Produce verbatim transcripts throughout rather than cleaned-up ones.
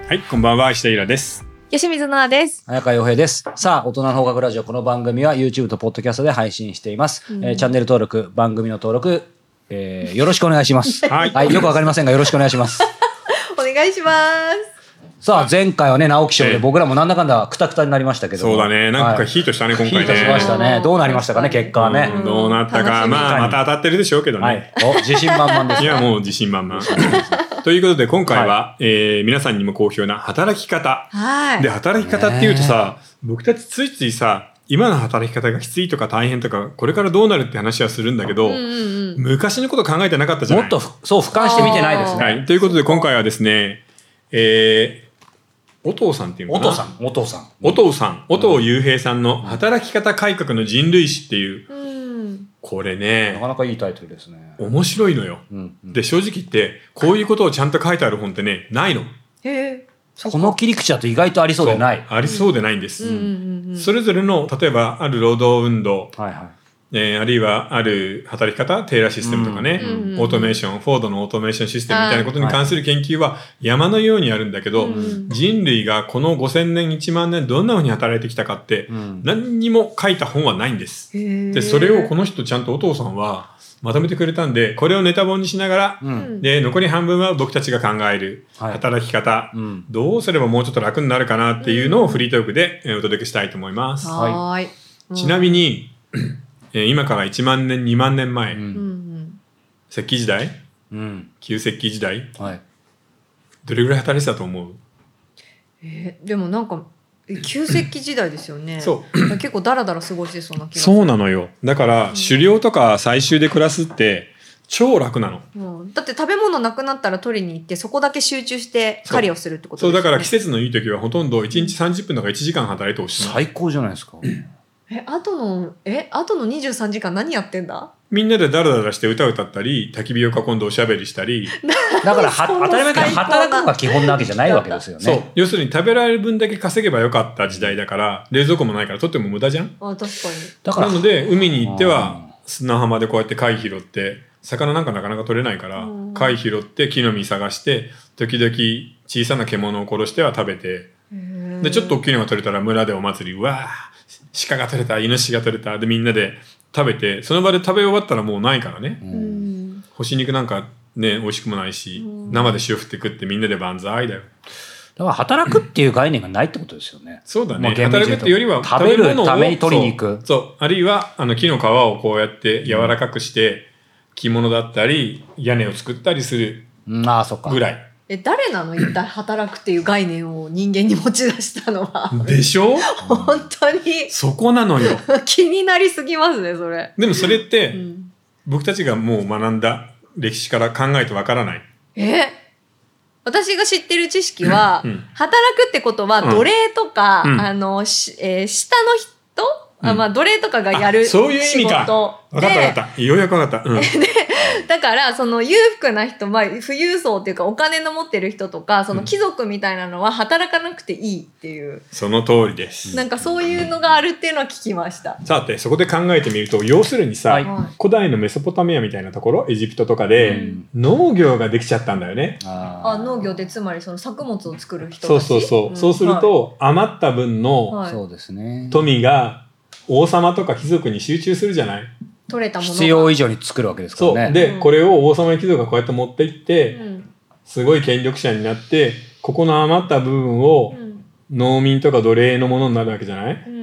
はい、こんばんは、石田ゆらです。 吉水奈々です。 早川洋平です。さあ、大人の放課後ラジオ、この番組は YouTube と Podcast で配信しています。うんえー、チャンネル登録、番組の登録、えー、よろしくお願いします。はい、はい、よくわかりませんがよろしくお願いします。 お願いします。 さあ、前回はね、直木賞で僕らもなんだかんだクタクタになりましたけど。 そうだね、なんかヒートしたね、はい、今回ね。 ヒートしましたね。どうなりましたかね、結果はね。 うん、どうなったか、まあ、また当たってるでしょうけどね。はい、 お、自信満々です、ね。 いや、もう自信満々。ということで、今回は、はい、えー、皆さんにも好評な働き方。はい。で、働き方っていうとさ、僕たちついついさ、今の働き方がきついとか大変とか、これからどうなるって話はするんだけど、うんうんうん、昔のこと考えてなかったじゃない。 もっと、そう、俯瞰してみてないですね。 はい。ということで、今回はですね、えー、お父さんっていうのかな。 お父さん、お父さん。 お父さん、お父雄平さんの働き方改革の人類史っていう、うん、これね、 なかなかいいタイトルですね。 面白いのよ。うんうん、で、正直言って、こういうことをちゃんと書いてある本ってね、ないの。 へえ。 この切り口だと意外とありそうでない。 ありそうでないんです。うんうんうん、それぞれの、例えば、ある労働運動、はいはいえー、あるいはある働き方、テーラーシステムとかね、うんうん、オートメーション、フォードのオートメーションシステムみたいなことに関する研究は山のようにあるんだけど、うん、人類がこのごせんねん、いちまんねんどんな風に働いてきたかって、うん、何にも書いた本はないんです。で、それをこの人ちゃんとお父さんはまとめてくれたんで、これをネタ本にしながら、うん、で、残り半分は僕たちが考える働き方、はいうん、どうすればもうちょっと楽になるかなっていうのをフリートークでお届けしたいと思います。はい。ちなみに、今からいちまんねん、にまんねんまえ、うん、石器時代、うん、旧石器時代、はい、どれぐらい働いてたと思う？ えー、でもなんか旧石器時代ですよね。そう結構ダラダラ過ごしてそうな気がする。 そうなのよ。だから、うん、狩猟とか採集で暮らすって超楽なの、 うん、だって食べ物なくなったら取りに行ってそこだけ集中して狩りをするってことですよね。 そう、だから季節のいい時はほとんどいちにちさんじゅっぷんとかいちじかん働いてほしい。 最高じゃないですか。 え、あとの、え、あとのにじゅうさんじかん何やってんだ？ みんなでダラダラして歌を歌ったり、焚き火を囲んでおしゃべりしたり。 だからは、当たり前だけど働くのが基本なわけじゃないわけですよね。 そう。要するに食べられる分だけ稼げばよかった時代だから、冷蔵庫もないからとっても無駄じゃん？ あ、確かに。 だからなので、海に行っては、砂浜でこうやって貝拾って、魚なんかなかなか取れないから、貝拾って木の実探して、時々小さな獣を殺しては食べて、で、ちょっと大きいのが取れたら村でお祭り、うわー鹿が取れた、イノシシが取れた、でみんなで食べて、その場で食べ終わったらもうないからね。うん、干し肉なんかね、美味しくもないし、うん、生で塩振って食ってみんなで万歳だよ。 だから働くっていう概念がないってことですよね。 そうだね。働くっていうよりは食べるために取りに行く。 そう。そう。あるいはあの木の皮をこうやって柔らかくして、着物だったり屋根を作ったりするぐらい。 え、誰なの一体働くっていう概念を人間に持ち出したのは。 でしょ？ 本当に。 そこなのよ。 気になりすぎますね、それ。 でもそれって、うん、僕たちがもう学んだ歴史から考えてわからない。 え？私が知ってる知識は、うん、働くってことは奴隷とか、うん、あの、しえー、下の人あまあ、奴隷とかがやる仕事で、そういう意味か。 分かった分かった。ようやく分かった。うん、で、 だから、その裕福な人、まあ、富裕層っていうかお金の持ってる人とか、その貴族みたいなのは働かなくていいっていう。うん、 その通りです。 なんかそういうのがあるっていうのは聞きました。 さて、そこで考えてみると、要するにさ、はい、古代のメソポタミアみたいなところ、エジプトとかで、うん、農業ができちゃったんだよね。 ああ、農業ってつまりその作物を作る人たち。 そうそうそう。うん、そうすると、はい、余った分の富が、王様とか貴族に集中するじゃない？ 取れたものが必要以上に作るわけですからね。 そうで、うん、これを王様や貴族がこうやって持っていって、うん、すごい権力者になってここの余った部分を農民とか奴隷のものになるわけじゃない？うん、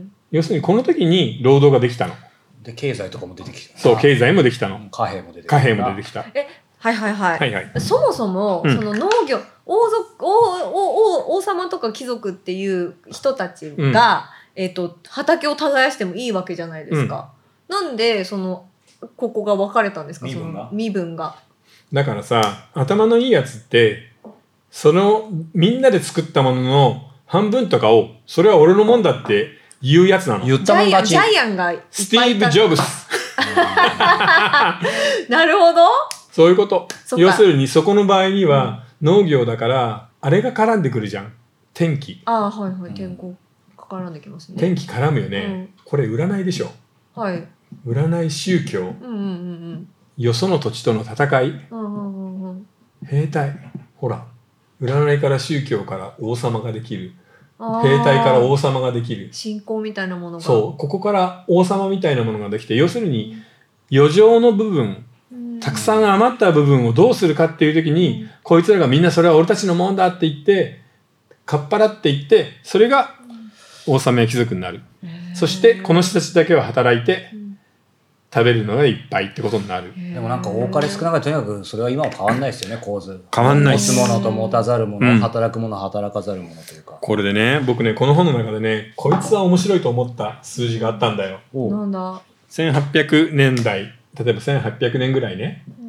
要するにこの時に労働ができたの。 で経済とかも出てきた。 そう、経済もできたの。 貨幣も出てきた。 貨幣も出てきた。 え、はいはいはい。 はいはい、 そもそも、うん、その農業王族王王王様とか貴族っていう人たちが、うんえっと、畑を耕してもいいわけじゃないですか。うん、なんで、その、ここが分かれたんですか？身分が。身分が。 だからさ、頭のいいやつって、その、みんなで作ったものの半分とかを、それは俺のもんだって言うやつなの。 言ったもん勝ち。 ジャイアンがいっぱいいた。 スティーブ・ジョブス。 なるほど。 そういうこと。要するに、そこの場合には、農業だから、あれが絡んでくるじゃん。天気。 ああ、はいはい、天候。うん絡んできますね。 天気絡むよね、うん、これ占いでしょ。 はい占い宗教、うんうんうん、よその土地との戦い、うんうんうん、兵隊ほら占いから宗教から王様ができる。兵隊から王様ができる。 信仰みたいなものが。 そう、ここから王様みたいなものができて、要するに余剰の部分、たくさん余った部分をどうするかっていう時に、こいつらがみんなそれは俺たちのもんだって言って、かっぱらって言って、それが王様や貴族になる。そしてこの人たちだけは働いて、食べるのがいっぱいってことになる。 でもなんか多かれ少なかれとにかくそれは今は変わんないですよね、構図。 変わんないです。 持つものと持たざるもの、うん、働くもの働かざるものというか。 これでね、僕ね、この本の中でね、こいつは面白いと思った数字があったんだよ。 なんだ。 せんはっぴゃくねんだい、例えばせんはっぴゃくねんぐらいね、うん、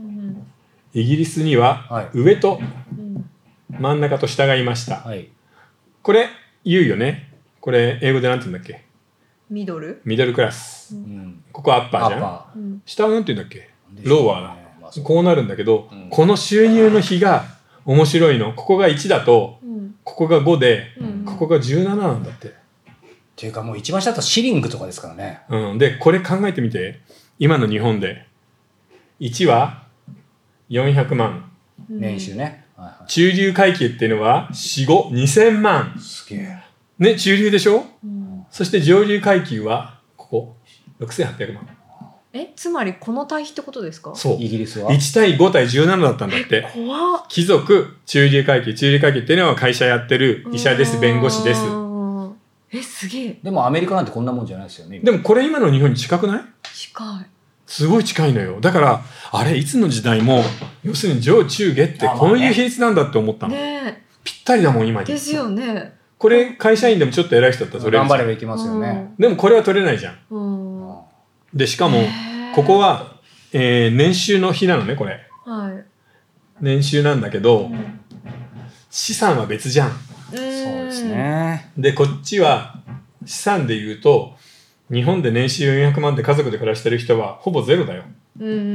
イギリスには上と真ん中と下がいました。はい、これ言うよね。これ英語でなんて言うんだっけ？ ミドル？ ミドルクラス。うん、ここアッパーじゃん。うん、下はなんて言うんだっけ？ローワーだ。まあ、こうなるんだけど、うん、この収入の比が面白いの。ここがいちだと、うん、ここがごで、うん、ここがじゅうなななんだって。 っていうかもう一番下だったらシリングとかですからね。 うん。で、これ考えてみて。今の日本で。いちはよんひゃくまん。 年収ね。 はいはい、中流階級っていうのはよん、ご、にせんまん。 すげえ。 ね、中流でしょ、うん、そして上流階級は、ここ、ろくせんはっぴゃくまん。 え、つまりこの対比ってことですか？ そう。 イギリスはいち対ご対じゅうななだったんだって。 怖っ。 貴族、中流階級、中流階級っていうのは会社やってる医者です、弁護士です。 え、すげえ。 でもアメリカなんてこんなもんじゃないですよね。 でもこれ今の日本に近くない？ 近い。 すごい近いのよ。だから、あれ、いつの時代も、要するに上中下ってこういう比率なんだって思ったの。ね、ぴったりだもん、今に。 ですよね。 これ、会社員でもちょっと偉い人だったら取れる。 頑張ればいきますよね。 でもこれは取れないじゃん。うん、で、しかも、ここは、えー、年収の比なのね、これ。はい。年収なんだけど、うん、資産は別じゃん。 そうですね。 で、こっちは、資産で言うと、日本で年収よんひゃくまんで家族で暮らしてる人はほぼゼロだよ。うんうんうんうん、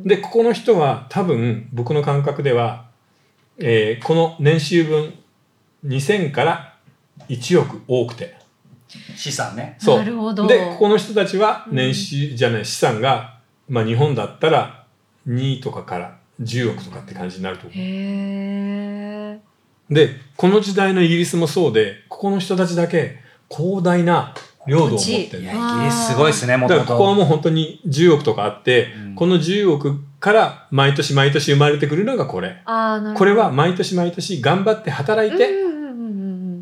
で、ここの人は多分僕の感覚では、えー、この年収分にせんからいちおく多くて。 資産ね。 そう。 なるほど。 で、ここの人たちは年収、うん、じゃない資産が、まあ日本だったらにとかからじゅうおくとかって感じになると思う。へー。で、この時代のイギリスもそうで、ここの人たちだけ広大な領土を持ってる。 いや、イギリスすごいですね、 もともと。だからここはもう本当にじゅうおくとかあって、うん、このじゅうおくから毎年毎年生まれてくるのがこれ。あ、なるほど。これは毎年毎年頑張って働いて、うんうんうんうん、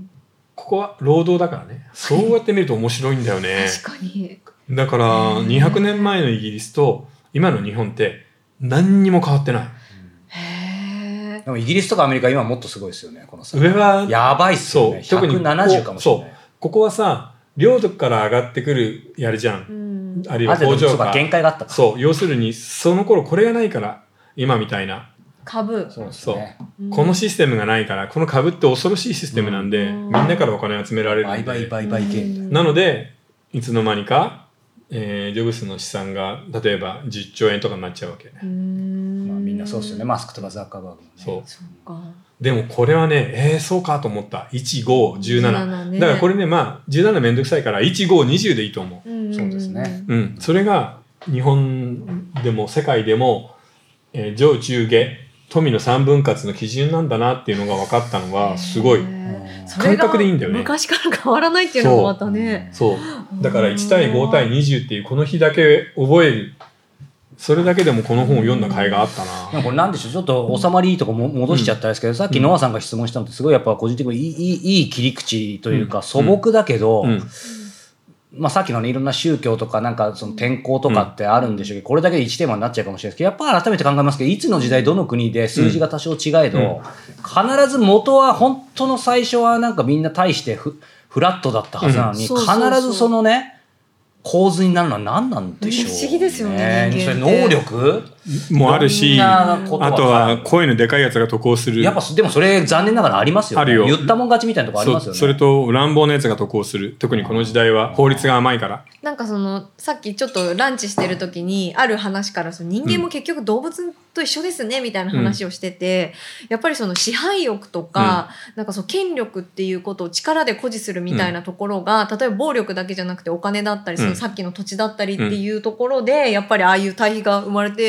ここは労働だからね。そうやって見ると面白いんだよね。 確かに。 だからにひゃくねんまえのイギリスと今の日本って何にも変わってない。 へー。でもイギリスとかアメリカ今もっとすごいですよね、この差。 上は。 やばいっすよね。特にひゃくななじゅうかもしれない。そう。 ここはさ、領土から上がってくるやるじゃん。うん、あるいは工場が。 限界があった。 そう。要するに、その頃これがないから、今みたいな。 株。 そうですね。 そう。このシステムがないから、この株って恐ろしいシステムなんで、うん、みんなからお金集められるんで。 売買売買系みたいな。 なので、いつの間にか、えー、ジョブスの資産が、例えばじゅっちょうえんとかになっちゃうわけ。 うん、まあみんなそうですよね。マスクとかザッカーバーグもね。 そう。そうか。でもこれはね、えー、そうかと思った。いち、ご、じゅうなな。ね、だからこれね、まあ、じゅうななめんどくさいから、いち、ご、にじゅうでいいと思う。 うん、そうですね。 うん。それが、日本でも世界でも、えー、上中下、富の三分割の基準なんだなっていうのが分かったのは、すごい、感覚でいいんだよね。 昔から変わらないっていうのがまたね。 そう。そうだからいち対ご対にじゅうっていう、この日だけ覚える。それだけでもこの本を読んだ甲斐があったな。 なんかこれなんでしょう、ちょっと収まりいいとこも戻しちゃったんですけど、うん、さっきノアさんが質問したのってすごいやっぱ個人的にいい、いい、いい切り口というか素朴だけど、うんうん、まあさっきのね、いろんな宗教とかなんかその天候とかってあるんでしょうけど、これだけでいちテーマになっちゃうかもしれないですけど、やっぱ改めて考えますけど、いつの時代どの国で数字が多少違えど、必ず元は本当の最初はなんかみんな対してフ、フラットだったはずなのに、必ずそのね、構図になるのは何なんでしょうね。 不思議ですよね。 それ能力もあるし、あとは声のでかいやつが得をする。 やっぱでもそれ残念ながらありますよね。あるよ。言ったもん勝ちみたいなとこありますよね。 そ, それと乱暴なやつが得をする。特にこの時代は法律が甘いから。 なんかそのさっきちょっとランチしてる時にある話からその人間も結局動物と一緒ですねみたいな話をしてて、うん、やっぱりその支配欲とか、うん、なんかその権力っていうことを力で誇示するみたいなところが、うん、例えば暴力だけじゃなくてお金だったり、そのさっきの土地だったりっていうところで、やっぱりああいう対比が生まれて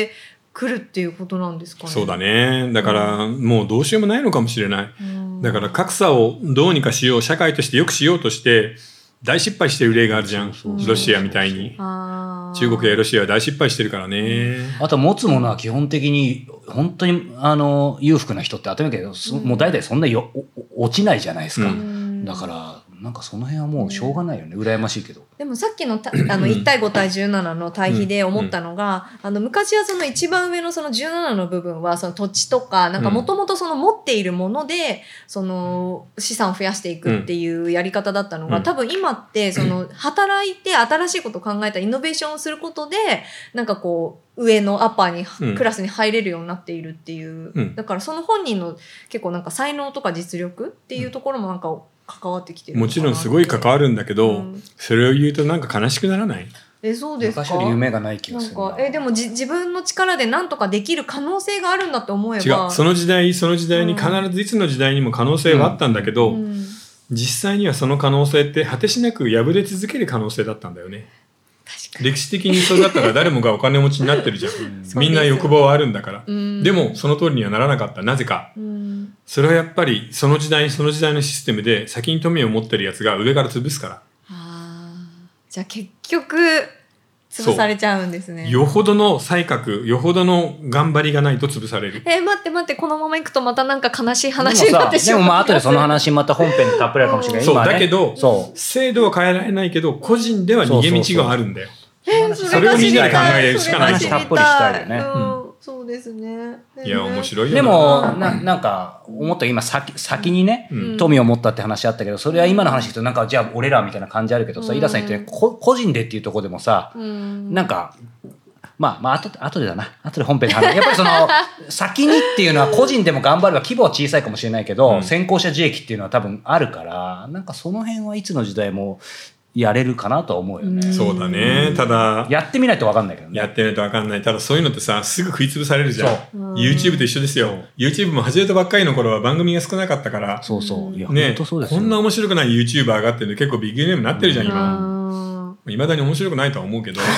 来るっていうことなんですかね。 そうだね。だから、うん、もうどうしようもないのかもしれない。うん、だから格差をどうにかしよう、社会として良くしようとして大失敗してる例があるじゃん。ロシアみたいに。中国やロシアは大失敗してるからね。 あと持つものは基本的に本当にあの裕福な人って当たり前だけど、うん、もう大体そんなよ落ちないじゃないですか。うん、だからなんかその辺はもうしょうがないよね。羨ましいけど。 でもさっきのたあのいち対ご対じゅうななの対比で思ったのが、うん、あの昔はその一番上のそのじゅうななの部分はその土地とかなんかもともとその持っているものでその資産を増やしていくっていうやり方だったのが、うん、多分今ってその働いて新しいことを考えたイノベーションをすることでなんかこう上のアッパーに、うん、クラスに入れるようになっているっていう、うん、だからその本人の結構なんか才能とか実力っていうところもなんか関わってきてるのかなって。 もちろんすごい関わるんだけど、うん、それを言うとなんか悲しくならない？ え、そうですか？ 昔より夢がない気がするな。 なんかえでもじ自分の力で何とかできる可能性があるんだって思えば。 違う、その時代その時代に必ずいつの時代にも可能性はあったんだけど、うんうん、実際にはその可能性って果てしなく破れ続ける可能性だったんだよね。歴史的にそうだったら誰もがお金持ちになってるじゃん、うん、みんな欲望はあるんだから、うん、でもその通りにはならなかった。なぜか、うん、それはやっぱりその時代その時代のシステムで先に富を持ってるやつが上から潰すから。 あ、じゃあ結局潰されちゃうんですね。 よほどの才覚、よほどの頑張りがないと潰される。 えー、待って待って、このままいくとまたなんか悲しい話になってしまう。 でもまあ後でその話また本編でたっぷりあるかもしれない。 そう、ね、だけど制度は変えられないけど個人では逃げ道があるんだよ。 そうそうそう、えー、それをみんなで考えるしかない。 話たっぷりしたいよね。 うんうん、そうですね。 いや面白いよ。 でも な, なんか思った今 先, 先にね、うん、富を持ったって話あったけど、それは今の話聞くとなんかじゃあ俺らみたいな感じあるけどさ、うん、イラさん言って、ね、個人でっていうところでもさ、うん、なんかまあまあ後で後でだな後で本編で話やっぱりその先にっていうのは個人でも頑張れば規模は小さいかもしれないけど、うん、先行者自益っていうのは多分あるから、なんかその辺はいつの時代もやれるかなとは思うよね。 そうだね。ただやってみないと分かんないけどね。 やってみないと分かんない。ただそういうのってさ、すぐ食い潰されるじゃん。YouTube と一緒ですよ。YouTube も始めたばっかりの頃は番組が少なかったから。 そうそう。いや、 ね、 本当そうですよ。 こんな面白くない YouTuber 上がってるんで結構ビッグネームになってるじゃん今。いまだに面白くないとは思うけど。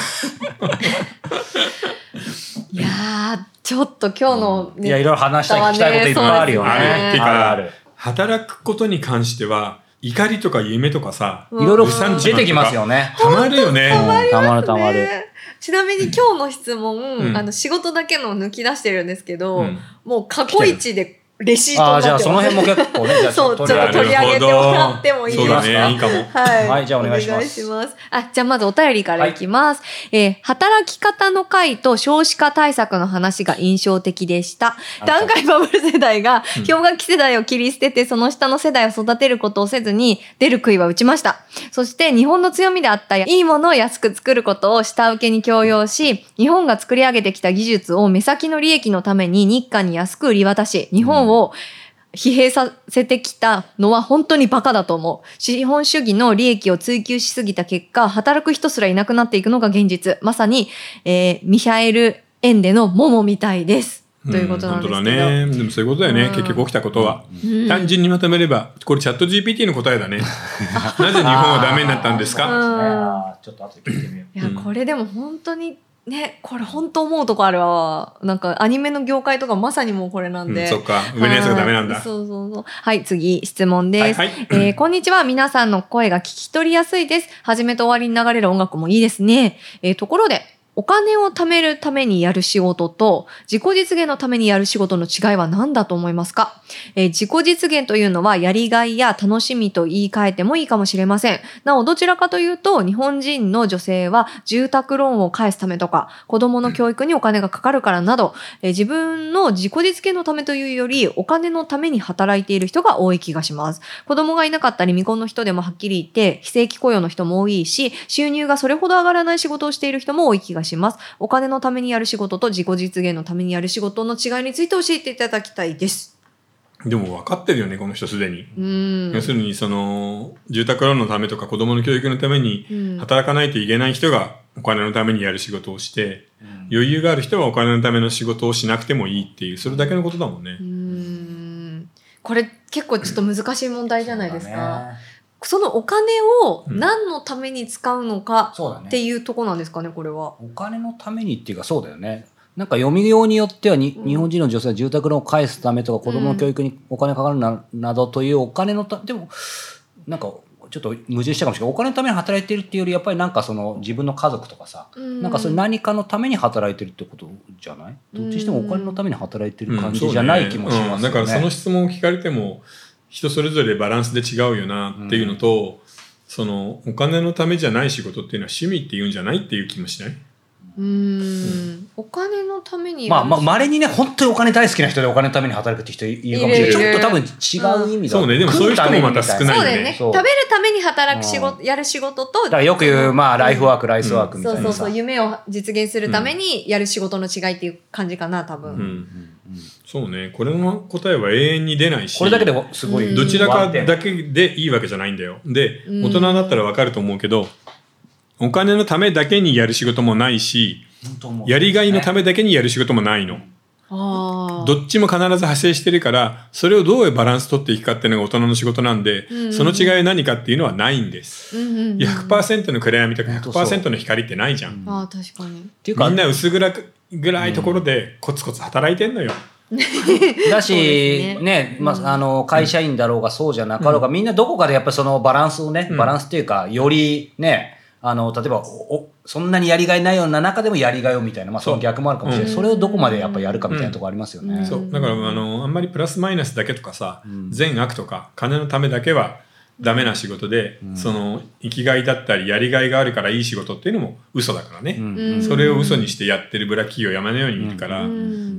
いやーちょっと今日の、 ね、いやいろいろ話したい聞きたいこといっぱいあるよね。 あるっていうか働くことに関しては。怒りとか夢とかさ、 いろいろ出てきますよね。 たまるよね。 たまるたまる。 ちなみに今日の質問、うん、あの仕事だけの抜き出してるんですけど、うん、もう過去一でレシートになってます。 あ、じゃあその辺も結構ね、じゃあそう、ちょっと取り上げてもらってもいいですか？ そうだね、いいかも。 はい、 はい、じゃあお願いします。お願いします。あ、じゃあまずお便りからいきます。はい、えー、働き方の会と少子化対策の話が印象的でした。段階バブル世代が氷河期世代を切り捨てて、その下の世代を育てることをせずに出る杭は打ちました。そして日本の強みであったいいものを安く作ることを下請けに強要し、日本が作り上げてきた技術を目先の利益のために日韓に安く売り渡し、日本を、うん疲弊させてきたのは本当にバカだと思う。資本主義の利益を追求しすぎた結果、働く人すらいなくなっていくのが現実。まさに、えー、ミハエル・エンデのモモみたいです。ということなんですけど。 本当だね。でもそういうことだよね。うん、結局起きたことは、うん。単純にまとめれば、これチャット ジーピーティー の答えだね。なぜ日本はダメになったんですか？ ちょっと後で聞いてみよう。 いや、これでも本当に、ね、これ本当思うとこあるわ。なんかアニメの業界とかまさにもうこれなんで。 うん、そっか。上のやつがダメなんだ。 そうそうそう。はい、次、質問です。はいはい、えー、こんにちは。皆さんの声が聞き取りやすいです。始めと終わりに流れる音楽もいいですね。えー、ところで、お金を貯めるためにやる仕事と自己実現のためにやる仕事の違いは何だと思いますか？えー、自己実現というのはやりがいや楽しみと言い換えてもいいかもしれません。なおどちらかというと日本人の女性は住宅ローンを返すためとか子供の教育にお金がかかるからなど、えー、自分の自己実現のためというよりお金のために働いている人が多い気がします。子供がいなかったり未婚の人でもはっきり言って非正規雇用の人も多いし収入がそれほど上がらない仕事をしている人も多い気がします。します。お金のためにやる仕事と自己実現のためにやる仕事の違いについて教えていただきたいです。 でも分かってるよね、この人すでに。うん、要するにその住宅ローンのためとか子供の教育のために働かないといけない人がお金のためにやる仕事をして、うん、余裕がある人はお金のための仕事をしなくてもいいっていうそれだけのことだもんね。 うん、これ結構ちょっと難しい問題じゃないですか。そのお金を何のために使うのかっていうところなんですかね、これは。 お金のためにっていうかそうだよね。 なんか読みようによってはに、うん、日本人の女性は住宅ローンを返すためとか子供の教育にお金かかる な,、うん、などというお金のたでもなんかちょっと矛盾したかもしれない。お金のために働いてるっていうよりやっぱりなんかその自分の家族とかさ、うん、なんかそれ何かのために働いてるってことじゃない？どっちにしてもお金のために働いてる感じじゃない気もしますよね。 うんうん、だからその質問を聞かれても人それぞれバランスで違うよなっていうのと、うん、そのお金のためじゃない仕事っていうのは趣味っていうんじゃないっていう気もしない？ うーん、うん、お金のためにまあまあ稀にね本当にお金大好きな人でお金のために働くって人いるかもしれない。ちょっと多分違う意味だ、 うん、そうね。でもそういう人もまた少ないよね。 そうだよね。食べるために働く仕事、うん、やる仕事とだからよく言うまあライフワーク、うん、ライスワークみたいな、 うん、そうそうそう夢を実現するためにやる仕事の違いっていう感じかな多分、 うんうんうん、そうね。これの答えは永遠に出ないしこれだけでもすごいどちらかだけでいいわけじゃないんだよ。で大人だったらわかると思うけどお金のためだけにやる仕事もないしやりがいのためだけにやる仕事もないの。 あどっちも必ず派生してるからそれをどうバランス取っていくかっていうのが大人の仕事なんで、うんうん、その違いは何かっていうのはないんです、うんうんうん、ひゃくパーセント の暗闇とか ひゃくパーセント の光ってないじゃん、 うん、あ確かにっていうかみんな薄暗ぐらいところでコツコツ働いてんのよ、 うん、だしね, ね、まあ、あの会社員だろうがそうじゃなかろうが、うん、みんなどこかでやっぱりそのバランスをね、うん、バランスっていうかよりねあの例えばおそんなにやりがいないような中でもやりがいをみたいな、まあ、その逆もあるかもしれない、うん、それをどこまでやっぱやるかみたいなところありますよね、 うん、そうだからあのあんまりプラスマイナスだけとかさ、うん、善悪とか金のためだけはダメな仕事で、うん、その生きがいだったりやりがいがあるからいい仕事っていうのも嘘だからね、うん、それを嘘にしてやってるブラック企業山のようにいるから、うん、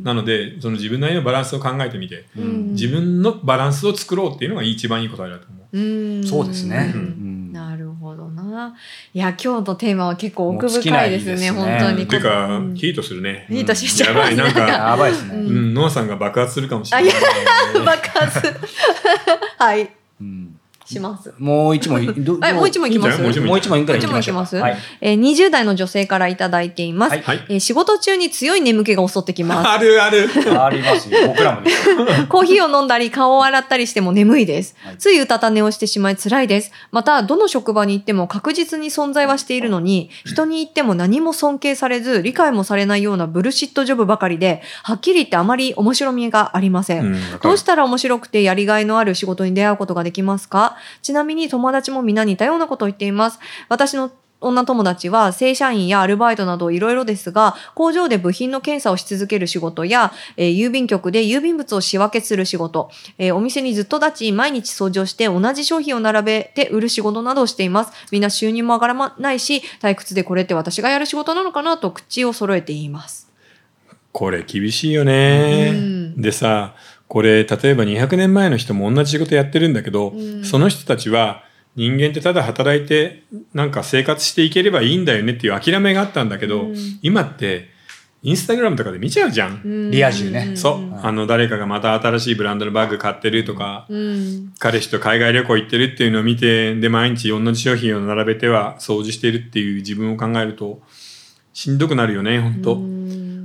なのでその自分なりのバランスを考えてみて、うん、自分のバランスを作ろうっていうのが一番いい答えだと思う、 うん、そうですね、 うんなるほどな。いや今日のテーマは結構奥深いですね。ですね本当に。 ていうか、うん、ヒートするね。 ヒートしちゃいますね。 やばいなんかやばいですね。 うん、ノアさんが爆発するかもしれない。 爆発。はい。うんします。 もう一問どあもう一問いきます。 もう一問いくらいきましょうか。 はい、えー、にじゅう代の女性からいただいています、はいえー。仕事中に強い眠気が襲ってきます。 あるある。 ありますよ。僕らもです。 コーヒーを飲んだり顔を洗ったりしても眠いです。はい、ついうたた寝をしてしまい辛いです。またどの職場に行っても確実に存在はしているのに、人に言っても何も尊敬されず理解もされないようなブルシットジョブばかりで、はっきり言ってあまり面白みがありません。うん、どうしたら面白くてやりがいのある仕事に出会うことができますか？ちなみに友達もみんな似たようなことを言っています。私の女友達は正社員やアルバイトなどいろいろですが、工場で部品の検査をし続ける仕事や、えー、郵便局で郵便物を仕分けする仕事、えー、お店にずっと立ち毎日掃除をして同じ商品を並べて売る仕事などをしています。みんな収入も上がらないし退屈でこれって私がやる仕事なのかなと口を揃えて言います。 これ厳しいよね、うん、でさこれ例えばにひゃくねんまえの人も同じ仕事やってるんだけど、うん、その人たちは人間ってただ働いてなんか生活していければいいんだよねっていう諦めがあったんだけど、うん、今ってインスタグラムとかで見ちゃうじゃん、 うん、リア充ね。 そう、うん、あの誰かがまた新しいブランドのバッグ買ってるとか、うん、彼氏と海外旅行行ってるっていうのを見てで毎日同じ商品を並べては掃除してるっていう自分を考えるとしんどくなるよね本当、うん、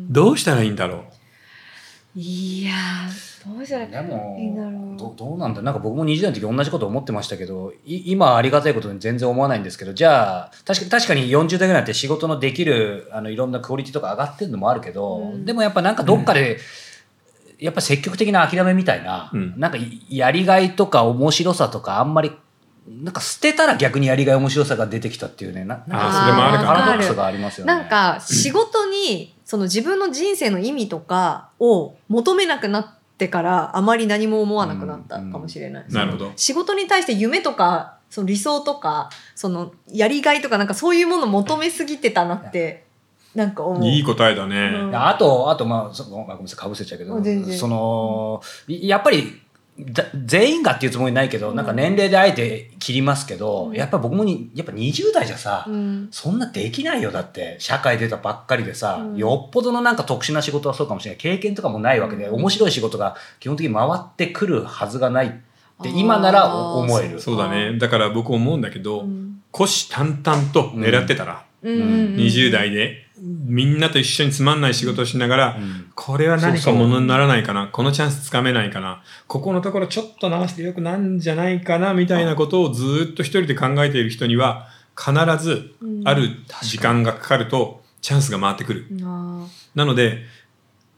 どうしたらいいんだろう。いやどうしたらいいんだろう。 ど, どうなんだなんか僕もにじゅう代の時同じこと思ってましたけど今ありがたいことに全然思わないんですけどじゃあ確か, 確かによんじゅう代ぐらいになって仕事のできるあのいろんなクオリティとか上がってるのもあるけど、うん、でもやっぱなんかどっかで、うん、やっぱ積極的な諦めみたいな、うん、なんかやりがいとか面白さとかあんまりなんか捨てたら逆にやりがい面白さが出てきたっていうねななんかそれもあるかなパラドックスがありますよね。 なんか仕事にその自分の人生の意味とかを求めなくなってからあまり何も思わなくなったかもしれない、うんうん、 なるほど。 仕事に対して夢とかその理想とかそのやりがいとかなんかそういうものを求めすぎてたなってなんか思う。 いい答えだね、 うん、あとあとまあそごめんなさいかぶせちゃうけどそのやっぱり全員がっていうつもりないけど、うん、なんか年齢であえて切りますけど、うん、やっぱ僕もにやっぱにじゅう代じゃさ、うん、そんなできないよ。だって社会出たばっかりでさ、うん、よっぽどのなんか特殊な仕事はそうかもしれない経験とかもないわけで、うん、面白い仕事が基本的に回ってくるはずがないって今なら思える。 そうだね。だから僕思うんだけど、うん、虎視眈々と狙ってたら、うん、にじゅう代でみんなと一緒につまんない仕事をしながら、うん、これは何かものにならないかな、そうそう、このチャンスつかめないかな、ここのところちょっと直してよくなんじゃないかなみたいなことをずっと一人で考えている人には必ずある時間がかかるとチャンスが回ってくる、うん、なので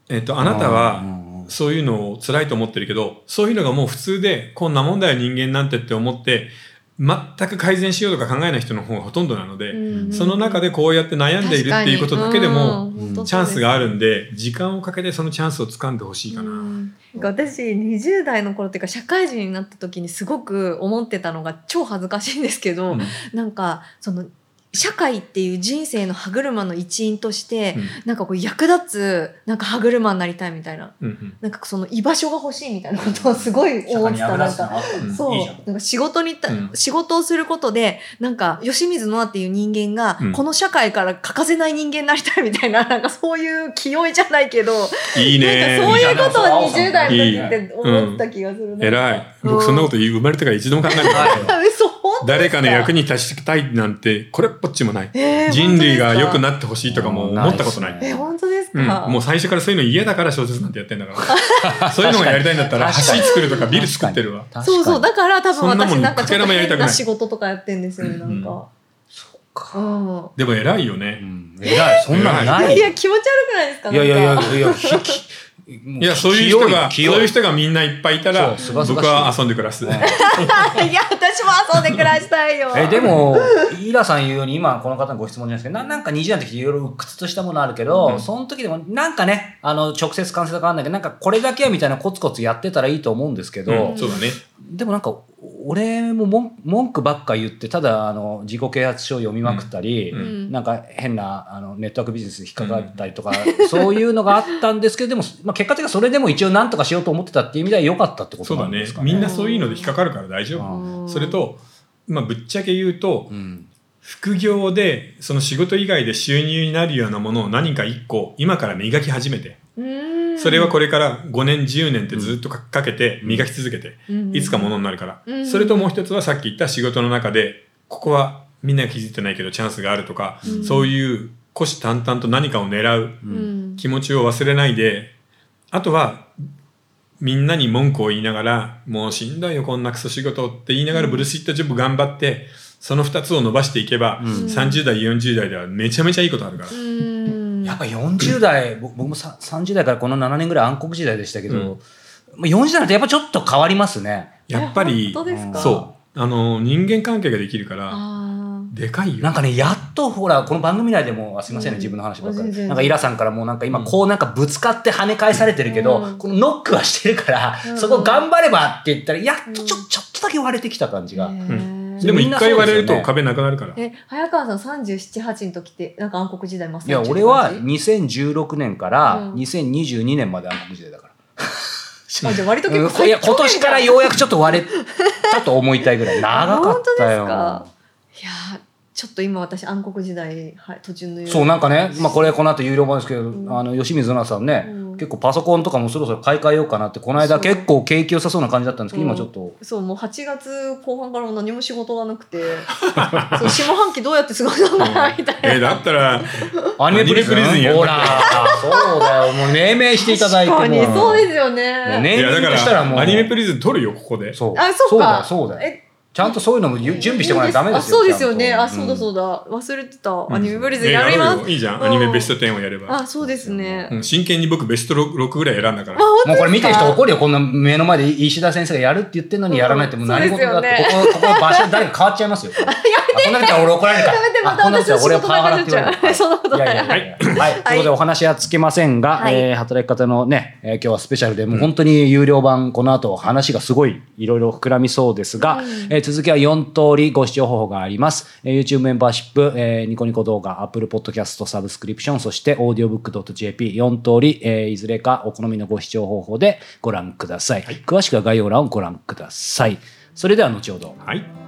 えっと、あなたはそういうのを辛いと思ってるけど、そういうのがもう普通で、こんなもんだよ人間なんてって思って、全く改善しようとか考えない人の方がほとんどなので、うん、その中でこうやって悩んでいるっていうことだけでもチャンスがあるんで、時間をかけてそのチャンスを掴んでほしいかな。うん、 私にじゅう代の頃っていうか社会人になった時にすごく思ってたのが超恥ずかしいんですけど、うん、なんかその社会っていう人生の歯車の一員として、うん、なんかこう役立つなんか歯車になりたいみたいな、うんうん、なんかその居場所が欲しいみたいなことをすごい思ってた。なんか、うん、そういいなんか仕事にた、うん、仕事をすることでなんか吉水のあっていう人間が、うん、この社会から欠かせない人間になりたいみたいな、なんかそういう気負いじゃないけど、 いいね。 なんかそういうことをにじゅう代の時って思った気がするね。 偉い。僕そんなこと生まれてから一度も考えない。 嘘。 誰かの役に立ちたいなんてこれっぽっちもない、えー、人類が良くなってほしいとかも思ったことない。 えー、本当ですか、 うん、もう最初からそういうの嫌だから小説なんてやってんだからそういうのがやりたいんだったら橋作るとかビル作ってるわ。 そうそう、だから多分私なんかちょっと変な仕事とかやってんですよね、なんか、うん、 そうか、うん、でも偉いよね、うん、 偉い。そんなのない。 いや気持ち悪くないですか。 いやいやいやいやいや、そういう人が、そういう人がみんないっぱいいたら、僕は遊んで暮らす。いや、 私も遊んで暮らしたいよ。 え、でも、イラさん言うように、今この方のご質問じゃないですけど、な, なんかにじゅう代の時いろいろ鬱屈としたものあるけど、うん、その時でもなんかね、あの、直接関係とかあるんだけど、なんかこれだけはみたいなコツコツやってたらいいと思うんですけど、 うん、そうだね。 でもなんか、俺も文文句ばっか言って、ただあの自己啓発書を読みまくったり、うん、なんか変なあのネットワークビジネスに引っかかったりとか、うん、そういうのがあったんですけど、でも、まあ、結果的にはそれでも一応何とかしようと思ってたっていう意味では良かったってことなんですかね。 そうだね。みんなそういうので引っかかるから大丈夫。それと、まあ、ぶっちゃけ言うと、うん、副業でその仕事以外で収入になるようなものを何か一個今から磨き始めて、それはこれからごねんじゅうねんってずっとかけて磨き続けて、いつかものになるから、それともう一つはさっき言った仕事の中でここはみんなが気づいてないけどチャンスがあるとか、そういう虎視眈々と何かを狙う気持ちを忘れないで、あとはみんなに文句を言いながらもうしんどいよこんなクソ仕事って言いながらブルーシットジョブ頑張ってそのふたつを伸ばしていけば、さんじゅう代よんじゅう代ではめちゃめちゃいいことあるから。 やっぱよんじゅう代、僕もさんじゅう代からこのななねんぐらい暗黒時代でしたけど、うん、よんじゅう代ってやっぱちょっと変わりますね。 やっぱり、そうあの人間関係ができるからでかいよ。 なんかね、やっとほらこの番組内でも、すいませんね、うん、自分の話ばっかり、なんかイラさんからもなんか今こうなんかぶつかって跳ね返されてるけど、うん、このノックはしてるから、うん、そこ頑張ればって言ったらやっとちょ、うん、ちょっとだけ割れてきた感じが。うんでも一回割れると壁なくなるから。 え、早川さんさんじゅうなな、はちの時ってなんか暗黒時代真っ最中。いや、俺はにせんじゅうろくねんからにせんにじゅうにねんまで暗黒時代だから。 あ、じゃあ割と結構最近。いや、今年からようやくちょっと割れたと思いたいぐらい長かったよ。 本当ですか。いや、ちょっと今私暗黒時代、はい、途中のようそうなんかね、まあこれこの後有料版ですけど、うん、あの吉水奈さんね、うん、結構パソコンとかもそろそろ買い替えようかなってこの間結構景気良さそうな感じだったんですけど、今ちょっとそうもうはちがつこう半からも何も仕事がなくてそう下半期どうやって過ごしたんだなみたいな、 えー、だったらアニメプリズンやほらそうだよもう命名していただいても確かにそうですよね。 いやだからアニメプリズン撮るよここで。 そうあそうかそうだよそうだよ。ちゃんとそういうのも準備してもらないとダメですよ。 あ、そうですよね。あ、そうだそうだ。忘れてた。アニメプリズンやります。 いいじゃん。アニメベストじゅうをやれば。 あ、そうですね。 真剣に僕ベストろくぐらい選んだから。 もうこれ見てる人怒るよ。こんな目の前で石田先生がやるって言ってんのにやらないってもう何事だって。ここ、ここ場所誰か変わっちゃいますよ。やめて。こんなことは俺怒られるから。 やめて、また私の仕事なくなっちゃう。そんなことない。 いやいやいや。はい。ということでお話はつけませんが、働き方のね、今日はスペシャルでもう本当に有料版この後話がすごいいろいろ膨らみそうですが、続きはよん通りご視聴方法があります。YouTube メンバーシップ、えー、ニコニコ動画、Apple Podcast サブスクリプション、そして オーディオブックドットジェーピーよん 通り、えー、いずれかお好みのご視聴方法でご覧ください。はい、詳しくは概要欄をご覧ください。それでは後ほど。 はい。